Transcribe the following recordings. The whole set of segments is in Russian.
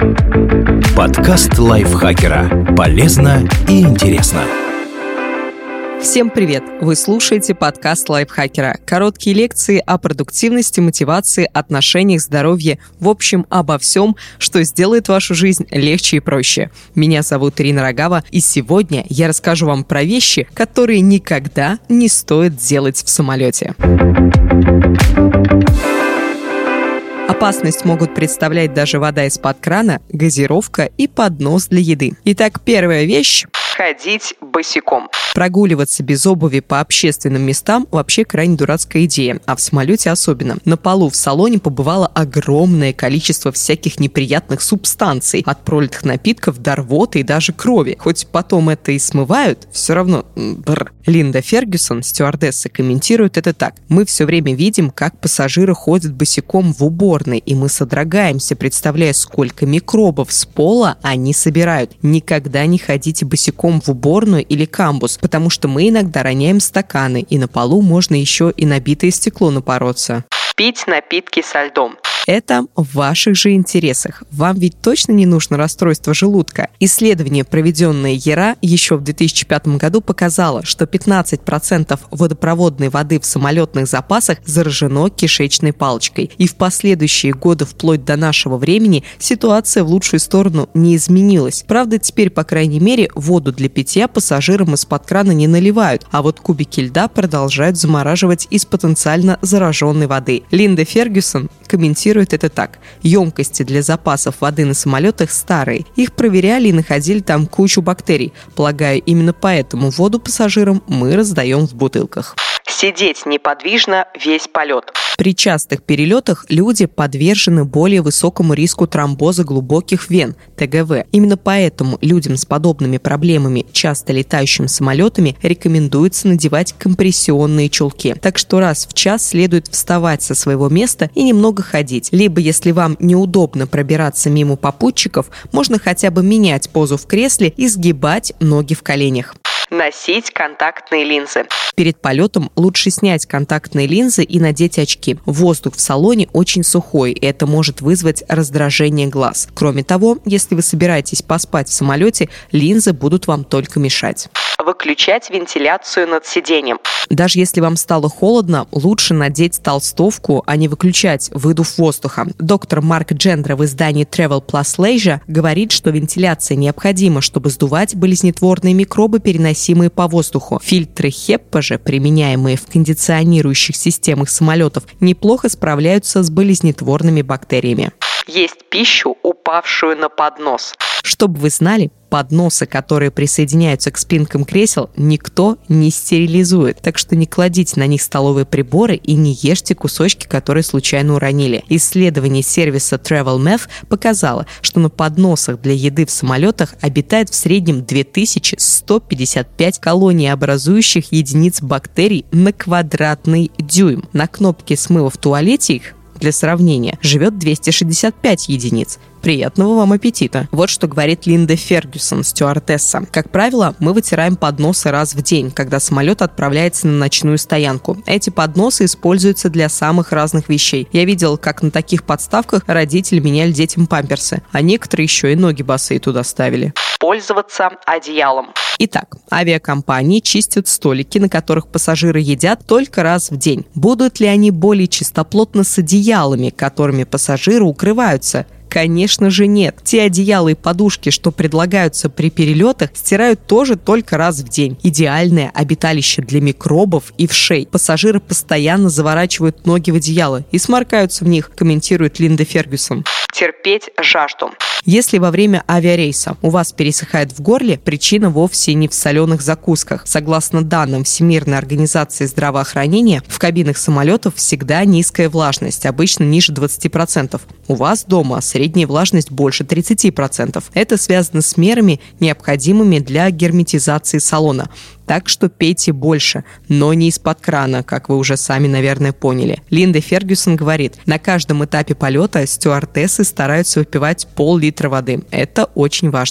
Подкаст лайфхакера. Полезно и интересно. Всем привет! Вы слушаете подкаст лайфхакера. Короткие лекции о продуктивности, мотивации, отношениях, здоровье. В общем, обо всем, что сделает вашу жизнь легче и проще. Меня зовут Ирина Рогава, и сегодня я расскажу вам про вещи, которые никогда не стоит делать в самолете. Опасность могут представлять даже вода из-под крана, газировка и поднос для еды. Итак, первая вещь – ходить босиком. Прогуливаться без обуви по общественным местам вообще крайне дурацкая идея, а в самолете особенно. На полу в салоне побывало огромное количество всяких неприятных субстанций, от пролитых напитков до рвоты и даже крови. Хоть потом это и смывают, все равно Линда Фергюсон, стюардесса, комментирует это так. Мы все время видим, как пассажиры ходят босиком в уборной, и мы содрогаемся, представляя, сколько микробов с пола они собирают. Никогда не ходите босиком в уборную или камбус, потому что мы иногда роняем стаканы, и на полу можно еще и на битое стекло напороться. Пить напитки со льдом. Это в ваших же интересах. Вам ведь точно не нужно расстройство желудка. Исследование, проведенное ЕРА еще в 2005 году, показало, что 15% водопроводной воды в самолетных запасах заражено кишечной палочкой. И в последующие годы, вплоть до нашего времени, ситуация в лучшую сторону не изменилась. Правда, теперь, по крайней мере, воду для питья пассажирам из-под крана не наливают, а вот кубики льда продолжают замораживать из потенциально зараженной воды. Линда Фергюсон комментирует это так. Емкости для запасов воды на самолетах старые. Их проверяли и находили там кучу бактерий. Полагаю, именно поэтому воду пассажирам мы раздаем в бутылках. Сидеть неподвижно весь полет. При частых перелетах люди подвержены более высокому риску тромбоза глубоких вен, ТГВ. Именно поэтому людям с подобными проблемами, часто летающим самолетами, рекомендуется надевать компрессионные чулки. Так что раз в час следует вставать со своего места и немного ходить. Либо, если вам неудобно пробираться мимо попутчиков, можно хотя бы менять позу в кресле и сгибать ноги в коленях. Носить контактные линзы. Перед полетом лучше снять контактные линзы и надеть очки. Воздух в салоне очень сухой, и это может вызвать раздражение глаз. Кроме того, если вы собираетесь поспать в самолете, линзы будут вам только мешать. Выключать вентиляцию над сиденьем. Даже если вам стало холодно, лучше надеть толстовку, а не выключать выдув воздуха. Доктор Марк Джендра в издании Travel Plus Leisure говорит, что вентиляция необходима, чтобы сдувать болезнетворные микробы, переносимые по воздуху. Фильтры HEPA же, применяемые в кондиционирующих системах самолетов, неплохо справляются с болезнетворными бактериями. Есть пищу, упавшую на поднос. Чтобы вы знали, подносы, которые присоединяются к спинкам кресел, никто не стерилизует. Так что не кладите на них столовые приборы и не ешьте кусочки, которые случайно уронили. Исследование сервиса TravelMath показало, что на подносах для еды в самолетах обитает в среднем 2155 колониеобразующих единиц бактерий на квадратный дюйм. На кнопке смыва в туалете их, для сравнения, живет 265 единиц. Приятного вам аппетита. Вот что говорит Линда Фергюсон, стюардесса. Как правило, мы вытираем подносы раз в день, когда самолет отправляется на ночную стоянку. Эти подносы используются для самых разных вещей. Я видел, как на таких подставках родители меняли детям памперсы, а некоторые еще и ноги босые туда ставили. Пользоваться одеялом. Итак, авиакомпании чистят столики, на которых пассажиры едят, только раз в день. Будут ли они более чистоплотно с одеялами, которыми пассажиры укрываются? Конечно же нет. Те одеяла и подушки, что предлагаются при перелетах, стирают тоже только раз в день. Идеальное обиталище для микробов и вшей. Пассажиры постоянно заворачивают ноги в одеяло и сморкаются в них, комментирует Линда Фергюсон. Терпеть жажду. Если во время авиарейса у вас пересыхает в горле, причина вовсе не в соленых закусках. Согласно данным Всемирной организации здравоохранения, в кабинах самолетов всегда низкая влажность, обычно ниже 20%. У вас дома средняя влажность больше 30%. Это связано с мерами, необходимыми для герметизации салона. Так что пейте больше, но не из-под крана, как вы уже сами, наверное, поняли. Линда Фергюсон говорит, на каждом этапе полета стюардессы стараются выпивать пол-литра воды. Это очень важно.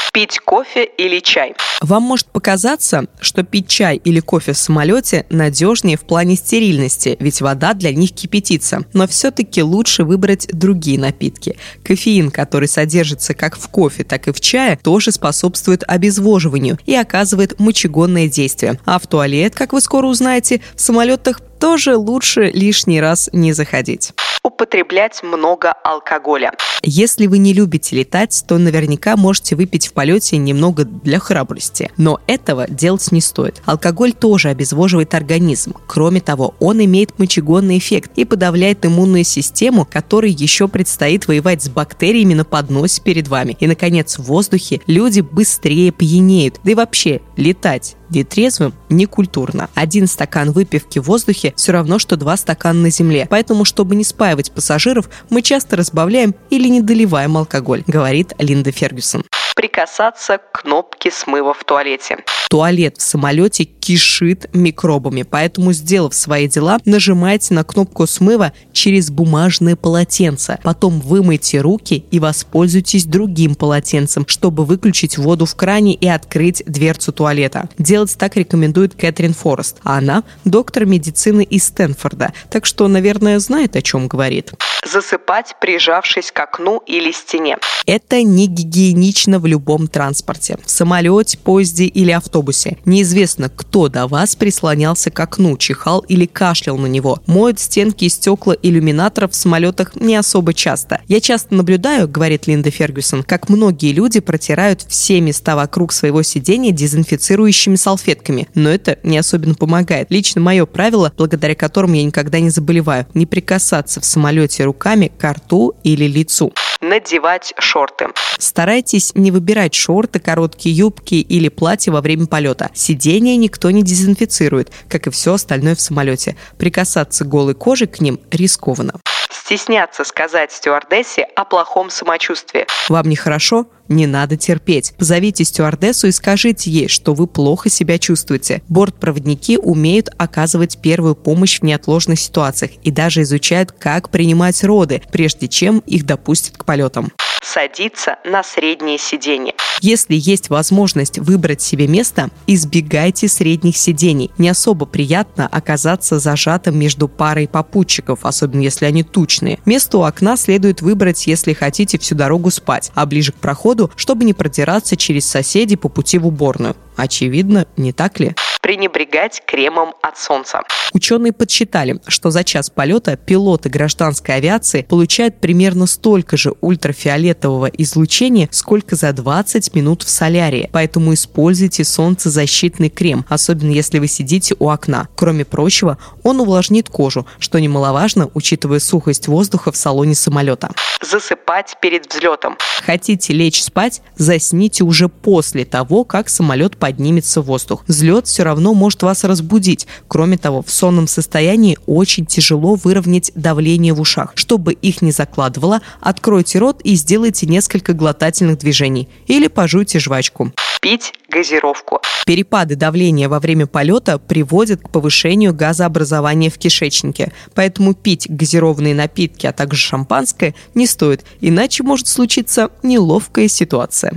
Пить кофе или чай? Вам может показаться, что пить чай или кофе в самолете надежнее в плане стерильности, ведь вода для них кипятится. Но все-таки лучше выбрать другие напитки. Кофеин, который содержится как в кофе, так и в чае, тоже способствует обезвоживанию и оказывает мочегонное действие. А в туалет, как вы скоро узнаете, в самолетах тоже лучше лишний раз не заходить. Употреблять много алкоголя. Если вы не любите летать, то наверняка можете выпить в полете немного для храбрости. Но этого делать не стоит. Алкоголь тоже обезвоживает организм. Кроме того, он имеет мочегонный эффект и подавляет иммунную систему, которой еще предстоит воевать с бактериями на подносе перед вами. И, наконец, в воздухе люди быстрее пьянеют. Да и вообще, летать нетрезвым некультурно. 1 стакан выпивки в воздухе все равно, что 2 стакана на земле. Поэтому, чтобы не спаивать пассажиров, мы часто разбавляем или не доливаем алкоголь, говорит Линда Фергюсон. Прикасаться к кнопке смыва в туалете. Туалет в самолете кишит микробами, поэтому, сделав свои дела, нажимайте на кнопку смыва через бумажное полотенце. Потом вымойте руки и воспользуйтесь другим полотенцем, чтобы выключить воду в кране и открыть дверцу туалета. Делать так рекомендует Кэтрин Форест, а она доктор медицины из Стэнфорда, так что, наверное, знает, о чем говорит. Засыпать, прижавшись к окну или стене. Это не гигиенично в любом транспорте. В самолете, поезде или автобусе. Неизвестно, кто до вас прислонялся к окну, чихал или кашлял на него. Моют стенки и стекла иллюминаторов в самолетах не особо часто. Я часто наблюдаю, говорит Линда Фергюсон, как многие люди протирают все места вокруг своего сидения дезинфицирующими салфетками. Но это не особенно помогает. Лично мое правило, благодаря которому я никогда не заболеваю, не прикасаться в самолете руками к рту или лицу. Надевать шорты. Старайтесь не выбирать шорты, короткие юбки или платья во время полета. Сиденья никто не дезинфицирует, как и все остальное в самолете. Прикасаться голой кожей к ним рискованно. Стесняться сказать стюардессе о плохом самочувствии. Вам нехорошо? Не надо терпеть. Позовите стюардессу и скажите ей, что вы плохо себя чувствуете. Бортпроводники умеют оказывать первую помощь в неотложных ситуациях и даже изучают, как принимать роды, прежде чем их допустят к полетам. Садиться на среднее сиденье. Если есть возможность выбрать себе место, избегайте средних сидений. Не особо приятно оказаться зажатым между парой попутчиков, особенно если они тучные. Место у окна следует выбрать, если хотите всю дорогу спать, а ближе к проходу, чтобы не продираться через соседей по пути в уборную. Очевидно, не так ли? Пренебрегать кремом от солнца. Ученые подсчитали, что за час полета пилоты гражданской авиации получают примерно столько же ультрафиолетового излучения, сколько за 20 минут в солярии. Поэтому используйте солнцезащитный крем, особенно если вы сидите у окна. Кроме прочего, он увлажнит кожу, что немаловажно, учитывая сухость воздуха в салоне самолета. Засыпать перед взлетом. Хотите лечь спать? Засните уже после того, как самолет поднимется в воздух. Взлет все равно может вас разбудить. Кроме того, в сонном состоянии очень тяжело выровнять давление в ушах. Чтобы их не закладывало, откройте рот и сделайте несколько глотательных движений. Или пожуйте жвачку. Пить газировку. Перепады давления во время полета приводят к повышению газообразования в кишечнике. Поэтому пить газированные напитки, а также шампанское не стоит, иначе может случиться неловкая ситуация.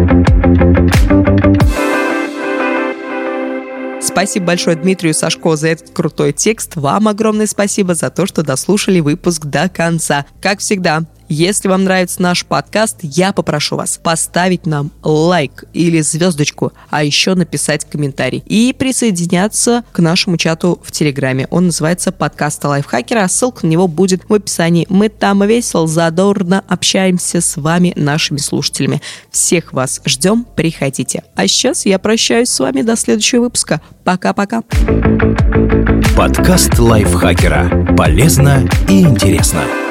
Спасибо большое Дмитрию Сашко за этот крутой текст. Вам огромное спасибо за то, что дослушали выпуск до конца. Как всегда, если вам нравится наш подкаст, я попрошу вас поставить нам лайк или звездочку, а еще написать комментарий и присоединяться к нашему чату в Телеграме. Он называется «Подкаст лайфхакера», а ссылка на него будет в описании. Мы там весело, задорно общаемся с вами, нашими слушателями. Всех вас ждем, приходите. А сейчас я прощаюсь с вами до следующего выпуска. Пока-пока. Подкаст лайфхакера. Полезно и интересно.